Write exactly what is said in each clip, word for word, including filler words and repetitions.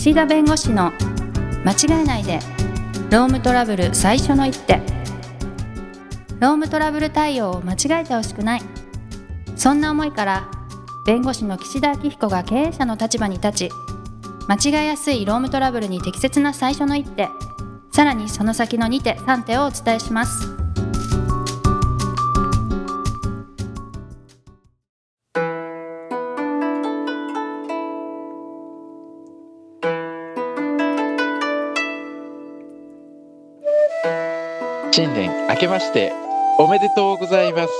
岸田弁護士の間違えないでロームトラブル最初の一手。ロームトラブル対応を間違えてほしくない、そんな思いから弁護士の岸田明彦が経営者の立場に立ち、間違えやすいロームトラブルに適切な最初の一手、さらにその先のに手さん手をお伝えします。 新年明けましておめでとうございます。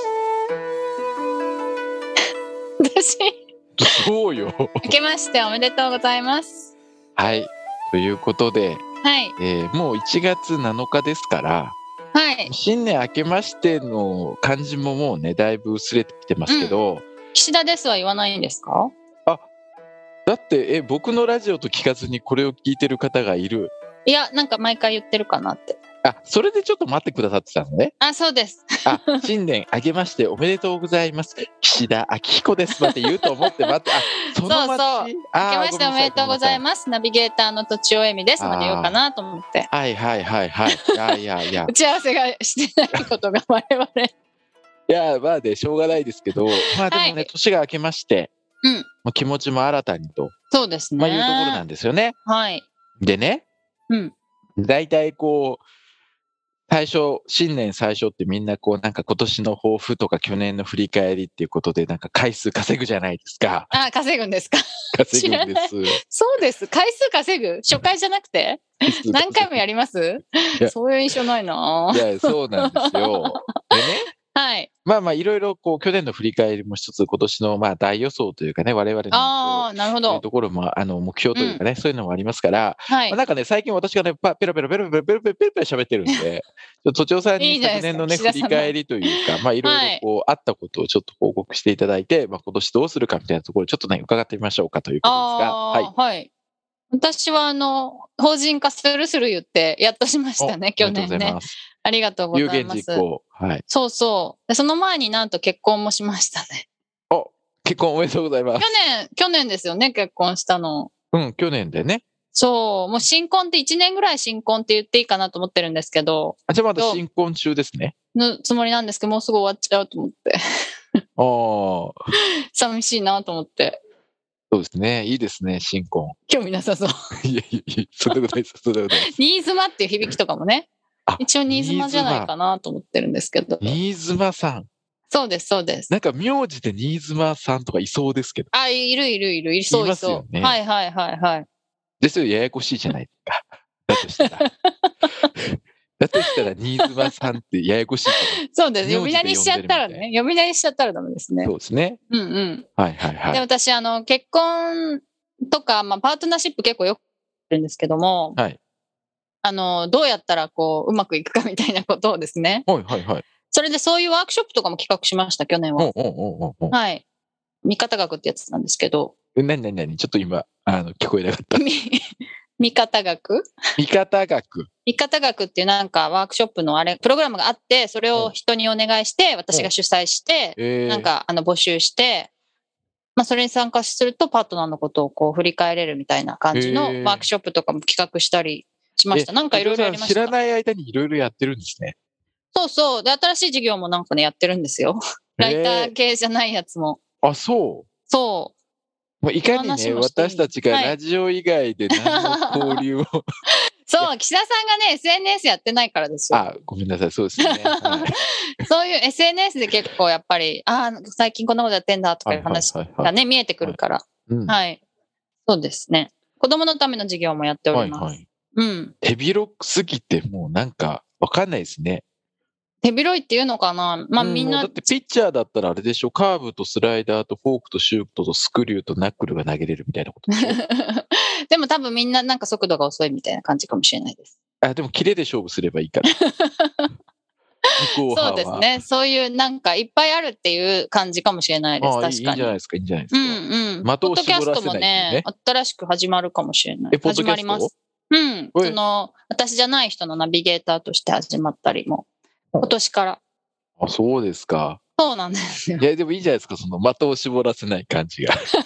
私そうよ明けましておめでとうございます。 はい、ということで、 はいえー、もういちがつなのかですから、 はい、 新年明けましての感じももうねだいぶ薄れてきてますけど、うん、 岸田ですは言わないんですか？ あ、だってえ僕のラジオと聞かずにこれを聞いてる方がいる。 いや、なんか毎回言ってるかなって。 あ、それでちょっと待ってくださってたのね。 あ、そうです。 あ、新年明けましておめでとうございます。岸田明彦ですって言うと思って待って、あ、その待ち。 そうそう。明けましておめでとうございます。ナビゲーターのとちおえみですまで言おうかなと思って。 はいはいはいはい。いやいやいや。 打ち合わせがしてないことが我々。いやまあでしょうがないですけど、まあでもね、はい、年が明けまして、 うん、 まあ、気持ちも新たにと。 そうですね。 まあいうところなんですよね。 はい。 でね。 うん。 だいたいこう。最初新年最初ってみんなこうなんか今年の抱負とか去年の振り返りっていうことでなんか回数稼ぐじゃないですか。 あ、稼ぐんですか？ 稼ぐんです。 そうです。回数稼ぐ？初回じゃなくて何回もやります？そういう印象ないな。 いやそうなんですよ。でね、 はい。 まあまあいろいろこう去年の振り返りも一つ、今年のまあ大予想というかね、我々のあ、なるほど、 そういうところもあの目標というかね、うん、そういうのもありますから、 はい、 まあ、なんかね最近私がねペロペロペロペロペロペロペロペロ喋ってるんで、都庁さんに昨年のね振り返りというか、まあいろいろこうあったことをちょっと報告していただいて、まあ今年どうするかみたいなところをちょっとね伺ってみましょうかということですが、はい、 はい。私はあの法人化するする言ってやっとしましたね、去年ね。ありがとうございます。 有言実行、はい。 そうそうで。その前になんと結婚もしましたね。 お、結婚おめでとうございます。 去年去年ですよね、結婚したの。 うん、去年でね。 そう、もう新婚っていちねんぐらい新婚って言っていいかなと思ってるんですけど。 あ、じゃあまだ新婚中ですね。 のつもりなんですけど、もうすぐ終わっちゃうと思って。 ああ。 寂しいなと思って。 そうですね、いいですね、新婚。 興味なさそう。 いやいやいや、そんなことないです、そんなことないです。 新妻っていう響きとかもね。一応新妻じゃないかなと思ってるんですけど。 新妻さん。 そうですそうです。 なんか名字で新妻さんとかいそうですけど。 あ、いるいるいるいそういそう。いますよね。はいはいはいはい。 ですよ、ややこしいじゃないですか。だとしたら。だとしたら新妻さんってややこしい。 そうです。呼び名にしちゃったらね。呼び名にしちゃったらダメですね。 そうですね。 うんうん。 はいはいはい。 で、私、あの、結婚とか、まあ、パートナーシップ結構よくやるんですけども、 はい。あの、どうやったらこう、うまくいくかみたいなことをですね。 はいはいはい。 それでそういうワークショップとかも企画しました、去年は。 おうおうおうおう。 はい。見方学ってやつなんですけど。 え、なになになにちょっと今、あの、聞こえなかった。 見方学見方学見方学っていうなんかワークショップのあれ、プログラムがあって、それを人にお願いして、私が主催して、 えー、 なんかあの募集して、まあそれに参加するとパートナーのことをこう振り返れるみたいな感じのワークショップとかも企画したりしました。なんかいろいろやりました。 知らない間にいろいろやってるんですね。 そうそう。で、新しい授業もなんかね、やってるんですよ。ライター系じゃないやつも。 あ、そう。 そう。 まあ、いかにね、私たちがラジオ以外で何の交流を、はい、 そう、岸田さんがね、エスエヌエス やってないからですよ。 あ、ごめんなさい、そうですね。はい、 そういう エスエヌエス で結構やっぱり、ああ、最近こんなことやってんだとかいう話がね、見えてくるから。はい、うんはい。そうですね。子供のための授業もやっております。はいはい、うん。 手広すぎてもうなんかわかんないですね。 手広いっていうのかな、まあみんな、 うん、だってピッチャーだったらあれでしょ、カーブとスライダーとフォークとシュートとスクリューとナックルが投げれるみたいなことでしょ。 でも多分みんななんか速度が遅いみたいな感じかもしれないです。 あ、でもキレで勝負すればいいから。 そうですね。そういうなんかいっぱいあるっていう感じかもしれないです。 ああ、 確かに。 いいんじゃないですか、いいんじゃないですか。 うんうん。 的を絞らせない、ね、 ポッドキャストもね、新しく始まるかもしれない。 え、ポッドキャスト？ 始まります。うん。その、私じゃない人のナビゲーターとして始まったりも、今年から。 あ、そうですか。 そうなんですよ。 いや、でもいいじゃないですか、その的を絞らせない感じが。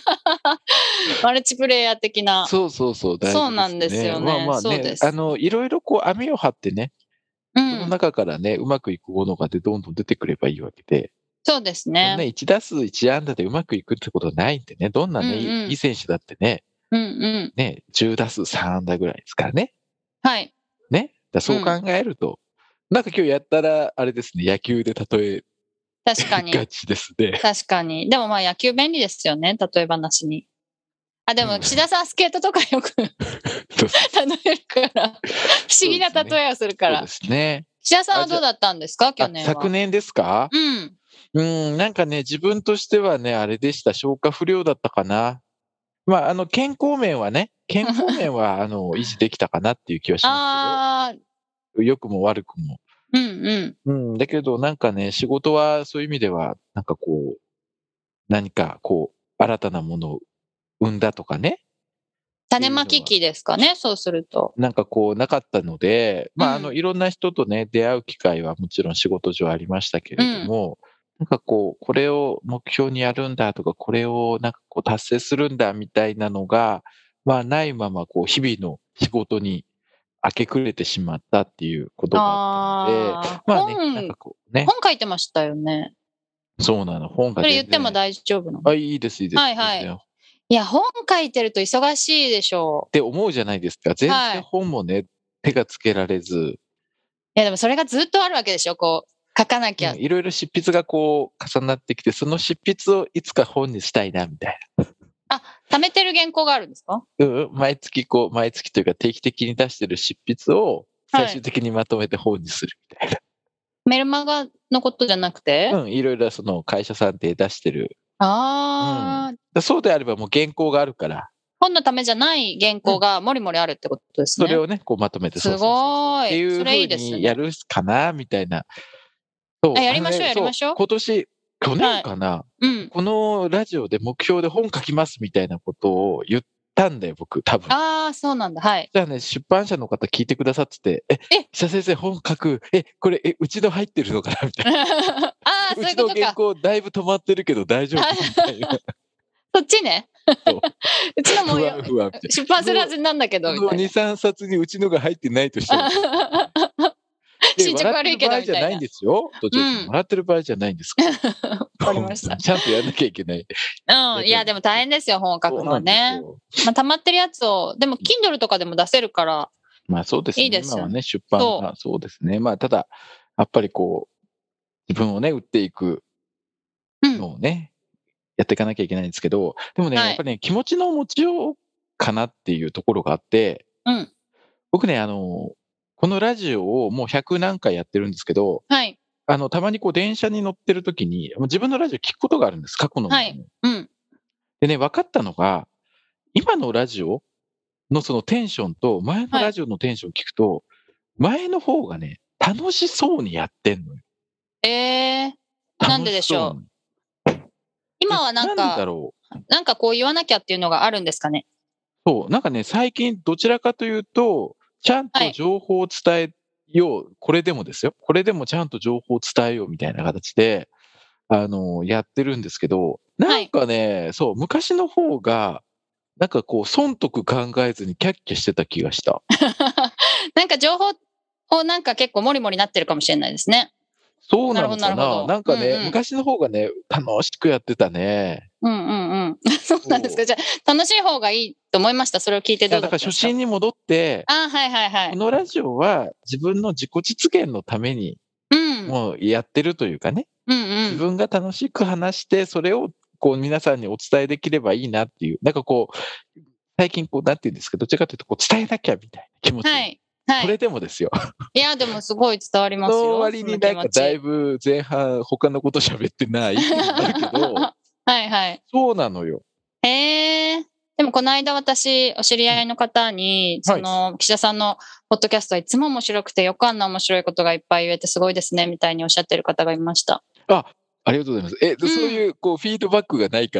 マルチプレイヤー的な。 そうそうそう、大事ですね。 そうなんですよね。 まあまあね、あの、いろいろこう網を張ってね、 うん、 その中からね、うまくいくものがでどんどん出てくればいいわけで。 そうですね。 ね、いち打数いち安打でうまくいくってことはないんでね、どんなね、うんうん、いい選手だってね、 うんうん、 ね、じゅう打数さん安打ぐらいですからね。 はい。 ね、だそう考えると、うん、なんか今日やったら、あれですね、野球で例え確かに。 ガチですね。 確かに。でもまあ野球便利ですよね、例え話に。あ、でも岸田さんスケートとかよく例えるから、不思議な例えをするから。 そうですね。 岸田さんはどうだったんですか、去年は。 昨年ですか？ うん。 うん、なんかね、自分としてはね、あれでした、消化不良だったかな。まあ、あの、健康面はね、健康面は、あの、維持できたかなっていう気はしますけど。良くも悪くも。 うんうん。 うん、だけど、なんかね、仕事はそういう意味では、なんかこう、何かこう、新たなものを生んだとかね。 種まき期ですかね、そうすると。 なんかこう、なかったので、まあ、あの、いろんな人とね、出会う機会はもちろん仕事上ありましたけれども、うん、なんかこう、これを目標にやるんだとか、これをなんかこう達成するんだみたいなのが、まあないままこう、日々の仕事に明け暮れてしまったっていうことがあったので、まあね、なんかこうね。 本書いてましたよね。 そうなの、本がそれ言っても大丈夫なの？ あ、いいです、いいです。 はいはい。いや、本書いてると忙しいでしょう。 って思うじゃないですか。全然本もね、はい、手がつけられず。いや、でもそれがずっとあるわけでしょ、こう。書かなきゃ、うん。 いろいろ執筆がこう重なってきて、その執筆をいつか本にしたいな、みたいな。 あ、貯めてる原稿があるんですか？ うん、毎月こう、毎月というか定期的に出してる執筆を最終的にまとめて本にするみたいな。はい、 メルマガのことじゃなくて？ うん、いろいろその会社さんで出してる。 ああ、 うん。そうであればもう原稿があるから。 本のためじゃない原稿がもりもりあるってことですね。 それをね、こうまとめて。 すごい。 っていうふうにやるかな、みたいな。 そう。あ、やりましょう、やりましょう。 今年、去年かな、はい、うん、このラジオで目標で本書きますみたいなことを言ったんだよ、僕、多分。 ああ、そうなんだ。はい。 じゃあね、出版社の方聞いてくださってて、え、え、記者先生本書く、え、これ、え、うちの入ってるのかなみたいな。 ああ、そういうことか。 うちの原稿だいぶ止まってるけど大丈夫みたいな。 そっちね。うちのも出版するはずなんだけど。 に、さんさつにうちのが入ってないとしたら。 進捗悪いけどみたいな。 笑ってる場合じゃないんですよ。途中で笑ってる場合じゃないんですか。 わかりました。 ちゃんとやんなきゃいけない。 うん。いや、でも大変ですよ、本を書くのはね。まあ、溜まってるやつを、でも、Kindle とかでも出せるから。 まあそうですね。いいです今はね、出版がそうですね。まあただ、やっぱりこう、自分をね、売っていくのをね、やっていかなきゃいけないんですけど、でもね、はい、やっぱりね、気持ちの持ちようかなっていうところがあって、 うん、 僕ね、あの、このラジオをもうひゃく何回やってるんですけど、 はい、 あの、たまにこう電車に乗ってる時に、自分のラジオ聞くことがあるんです、過去の。 はい、うん。 でね、分かったのが、今のラジオのそのテンションと前のラジオのテンションを聞くと、はい、前の方がね、楽しそうにやってんのよ。 えー、なんででしょう。今はなんか、なんだろう。なんかこう言わなきゃっていうのがあるんですかね。 そう、なんかね、最近どちらかというと、ちゃんと情報を伝えよう、はい、これでもですよ。これでもちゃんと情報を伝えようみたいな形で、あの、やってるんですけど、なんかね、はい、そう、昔の方が、なんかこう、損得考えずにキャッキャしてた気がした。 なんか情報をなんか結構モリモリなってるかもしれないですね。 そうなのかな。なんかね、うんうん、昔の方がね、楽しくやってたね。 うんうんうん。そうなんですか。じゃあ、楽しい方がいいと思いました。それを聞いてどうだったんですか。だから初心に戻って、 あ、はいはいはい。 このラジオは自分の自己実現のために、もうやってるというかね、 うんうん、 自分が楽しく話して、それをこう皆さんにお伝えできればいいなっていう、なんかこう、最近こう、なんていうんですか、どっちかというとこう伝えなきゃみたいな気持ち。はいはい、これでもですよ。 いや、でもすごい伝わりますよ。 その割になんかだいぶ前半他のこと喋ってないっていうのがあるけど。 はいはい。 そうなのよ。 へえ。でもこの間私、お知り合いの方に、その、岸田さんのポッドキャストはいつも面白くて、よくあんな面白いことがいっぱい言えてすごいですね、みたいにおっしゃってる方がいました。 あ、ありがとうございます。え、うん、そういう、こう、フィードバックがないから。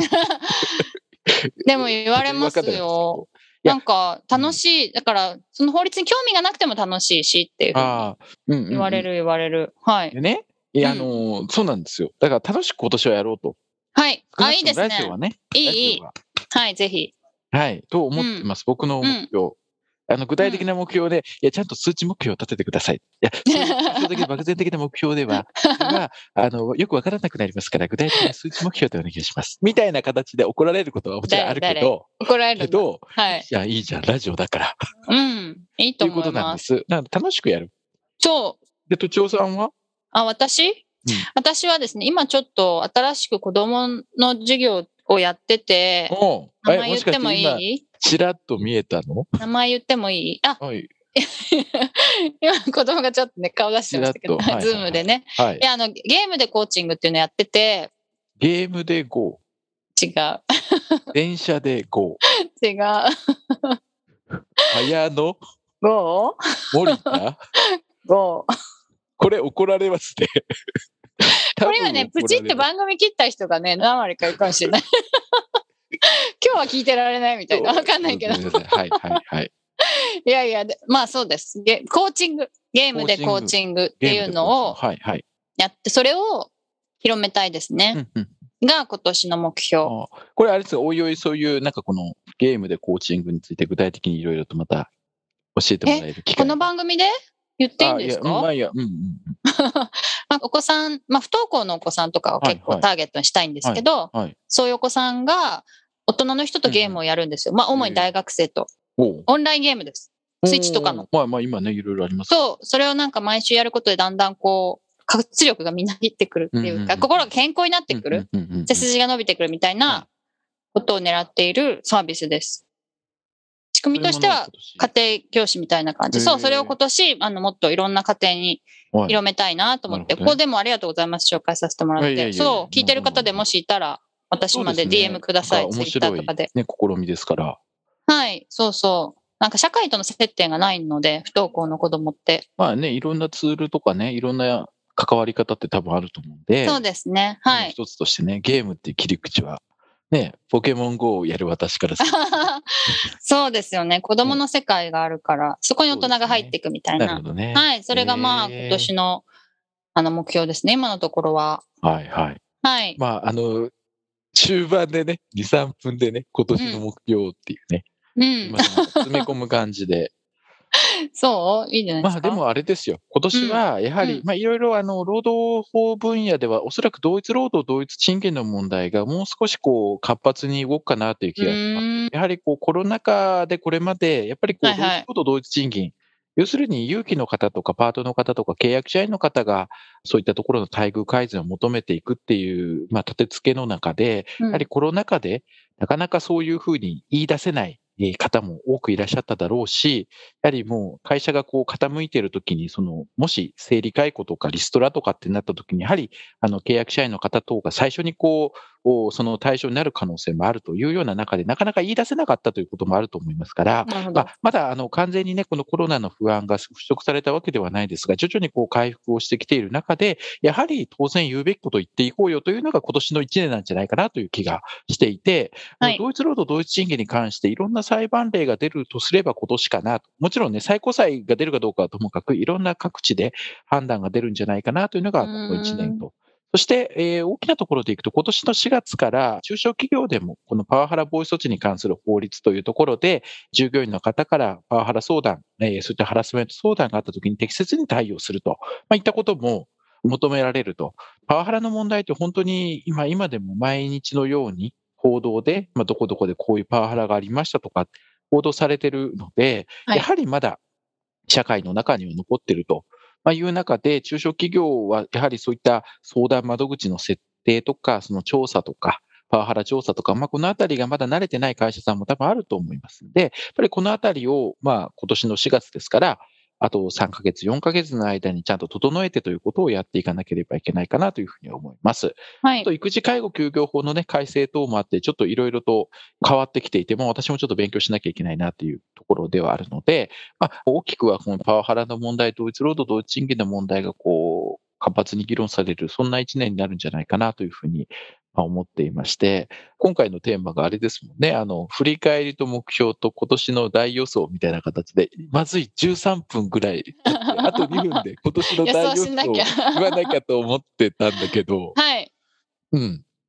でも言われますよ。なんか楽しい、だからその法律に興味がなくても楽しいしっていうふうに言われる言われる。はい。 でね、いや、あのーうん、そうなんですよ。だから楽しく今年はやろうと。 はい。あ、いいですね。 ラジオはね。 いい、いい。はい、ぜひ。 はい、と思ってます。うん、僕の目標。うんあの具体的な目標で、うん、いや、ちゃんと数値目標を立ててください。いや、そういう抽象的な漠然的な目標では、それは、あの、よくわからなくなりますから、具体的な数値目標でお願いします。みたいな形で怒られることはもちろんあるけど、 怒られるけど、 はい。 いや、いいじゃん、ラジオだから。 うん、いいと思います。ということなんです。 なので楽しくやる。 そう。 で、都庁さんはあ、私、うん、私はですね、今ちょっと新しく子供の授業をやってて、名前言ってもいい？ ちらっと見えたの？ 名前言ってもいい？あ、はい、今子供がちょっとね、顔出してましたけど、はいはいはい、ズームでね、はい。いや、あの、ゲームでコーチングっていうのやってて。 ゲームで ゴー？ 違う。 電車で ゴー？ 違う。 綾野？ ゴー？ 森田？ ゴー。 これ怒られますね。 これ今ね、プチって番組切った人がね、何割かいるかもしれない。今日は聞いてられないみたいな。わかんないけど。 はいはいはい。 いやいや、まあそうです。ゲコーチング。ゲームでコーチングっていうのをやって、それを広めたいですね。が今年の目標。 これあれですか、おいおいそういうなんかこのゲームでコーチングについて具体的にいろいろとまた教えてもらえる機会。 この番組で言っていいんですか？ あ、いや、まあいや、うんうん。 まあ、お子さん、まあ、不登校のお子さんとかを結構ターゲットにしたいんですけど、はいはいはい、そういうお子さんが大人の人とゲームをやるんですよ。うん、まあ、主に大学生と。オンラインゲームです。スイッチとかの。 まあまあ今ね、いろいろあります。 そう、それをなんか毎週やることでだんだんこう、活力がみなぎってくるっていうか、うんうん、心が健康になってくる、うんうんうんうん、背筋が伸びてくるみたいなことを狙っているサービスです。仕組みとしては家庭教師みたいな感じ。そう、それを今年、あの、もっといろんな家庭に広めたいなと思って、ここでもありがとうございます。紹介させてもらって。いやいやいやそう、聞いてる方でもしいたら、私まで ディーエム ください。ツイッターとかで。 ね、試みですから。 はい、そうそう。なんか社会との接点がないので、不登校の子供って。 まあね、いろんなツールとかね、いろんな関わり方って多分あると思うんで。 そうですね。はい。 一つとしてね、ゲームっていう切り口は、ね、ポケモン ゴー をやる私からすると。 そうですよね。子供の世界があるから、そこに大人が入っていくみたいな。なるほどね。はい。それがまあ、今年の、あの、目標ですね。今のところは。 はいはい。 はい。 まあ、あの、中盤でね、に、さんぷんでね、今年の目標っていうね。 うん。 今詰め込む感じで。 そういいじゃないですか。 まあでもあれですよ。今年はやはり、うん、まあいろいろあの、労働法分野ではおそらく同一労働同一賃金の問題がもう少しこう活発に動くかなという気がします。やはりこうコロナ禍でこれまでやっぱりこう同一労働同一賃金、はいはい、要するに有期の方とかパートの方とか契約社員の方がそういったところの待遇改善を求めていくっていう、まあ立て付けの中で、やはりコロナ禍でなかなかそういうふうに言い出せない方も多くいらっしゃっただろうし、やはりもう会社がこう傾いているときに、その、もし整理解雇とかリストラとかってなったときに、やはり、あの、契約社員の方等が最初にこう、その対象になる可能性もあるというような中で、なかなか言い出せなかったということもあると思いますから、まあ、まだあの、完全にね、このコロナの不安が払拭されたわけではないですが、徐々にこう回復をしてきている中で、やはり当然言うべきことを言っていこうよというのが今年のいちねんなんじゃないかなという気がしていて、はい、同一労働同一賃金に関していろんな裁判例が出るとすれば今年かなと。もちろんね、最高裁が出るかどうかはともかく、いろんな各地で判断が出るんじゃないかなというのがこのいちねんと。そして、えー、大きなところでいくと、今年のしがつから中小企業でもこのパワハラ防止措置に関する法律というところで、従業員の方からパワハラ相談、えー、そういったハラスメント相談があったときに適切に対応すると、まあ、いったことも求められると。パワハラの問題って本当に今、今でも毎日のように報道で、まあ、どこどこでこういうパワハラがありましたとか、報道されているので、はい、やはりまだ社会の中には残っていると。まあ、いう中で、中小企業はやはりそういった相談窓口の設定とか、その調査とか、パワハラ調査とか、まあ、このあたりがまだ慣れてない会社さんも多分あると思いますので、やっぱりこのあたりを、まあ、今年のしがつですから、あとさんかげつ、よんかげつの間にちゃんと整えてということをやっていかなければいけないかなというふうに思います。はい。あと、育児介護休業法のね、改正等もあって、ちょっといろいろと変わってきていても、私もちょっと勉強しなきゃいけないなというところではあるので、まあ、大きくはこのパワハラの問題、同一労働同一賃金の問題がこう、活発に議論される、そんないちねんになるんじゃないかなというふうに思っていまして、今回のテーマがあれですもんね、あの、振り返りと目標と今年の大予想みたいな形で、まずいじゅうさんぷんぐらい、あとにふんで今年の大予想を言わなきゃと思ってたんだけど、 はい。 うん。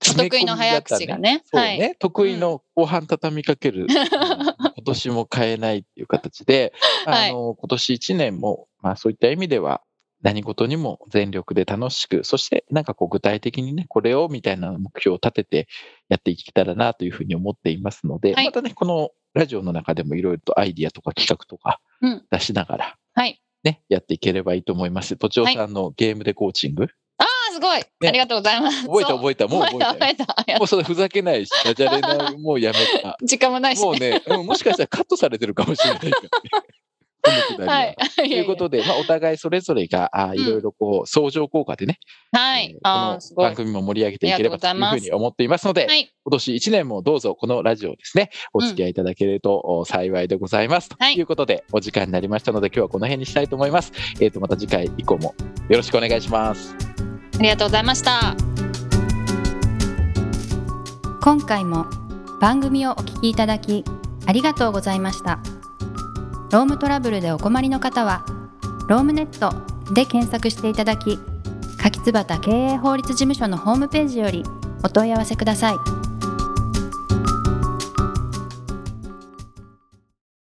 お得意の早口がね。 そうね、はい、得意の後半畳みかける、うん、今年も変えないっていう形で、はい、あの今年いちねんも、まあ、そういった意味では何事にも全力で楽しく、そしてなんかこう具体的にね、これをみたいな目標を立ててやっていけたらなというふうに思っていますので、はい、またね、このラジオの中でもいろいろとアイディアとか企画とか出しながら、 うん、はい。 ね、やっていければいいと思います。とちおさんのゲームでコーチング。 ああ、すごい、ね。ありがとうございます。 覚えた覚えた。もう覚えた。覚えた覚えたもうそれふざけないし、ダジャレな、もうやめた。 時間もないし、ね。 もうね、うん、もしかしたらカットされてるかもしれないからね。はい、ということで、まあ、お互いそれぞれがあいろいろこう相乗効果でね、 はい、 えー、この番組も盛り上げていければというふうに思っていますので、はい、今年いちねんもどうぞこのラジオですね、お付き合いいただけると幸いでございます、うん、ということでお時間になりましたので、今日はこの辺にしたいと思います。えーと、また次回以降もよろしくお願いします。 ありがとうございました。 今回も番組をお聞きいただきありがとうございました。ロームトラブルでお困りの方はロームネットで検索していただき、柿椿経営法律事務所のホームページよりお問い合わせください。